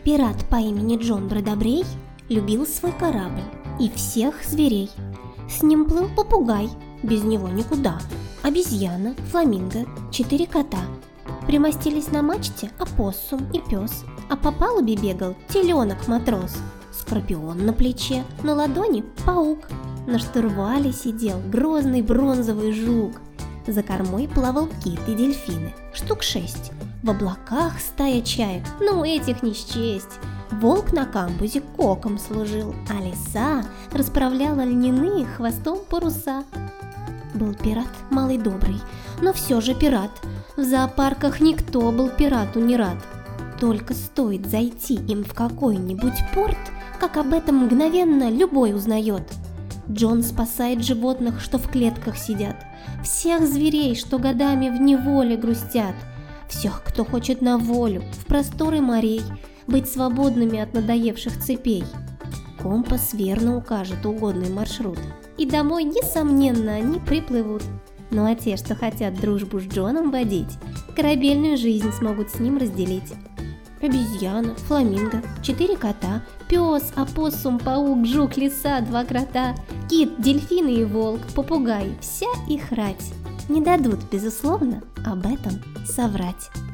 Пират по имени Джон Бродобрей любил свой корабль и всех зверей. С ним плыл попугай, без него никуда, обезьяна, фламинго, 4 кота. Примостились на мачте опоссум и пес, а по палубе бегал теленок-матрос. Скорпион на плече, на ладони паук, на штурвале сидел грозный бронзовый жук. За кормой плавал кит и дельфины, штук 6. В облаках стая чаек, ну этих не счесть. Волк на камбузе коком служил, а лиса расправляла льняные хвостом паруса. Был пират малый добрый, но все же пират. В зоопарках никто был пирату не рад. Только стоит зайти им в какой-нибудь порт, как об этом мгновенно любой узнает. Джон спасает животных, что в клетках сидят, всех зверей, что годами в неволе грустят, всех, кто хочет на волю, в просторы морей, быть свободными от надоевших цепей. Компас верно укажет угодный маршрут, и домой, несомненно, они приплывут. Ну а те, что хотят дружбу с Джоном водить, корабельную жизнь смогут с ним разделить. Обезьяна, фламинго, 4 кота, пес, опоссум, паук, жук, лиса, 2 крота, кит, дельфины и волк, попугай, вся их рать не дадут, безусловно, об этом соврать.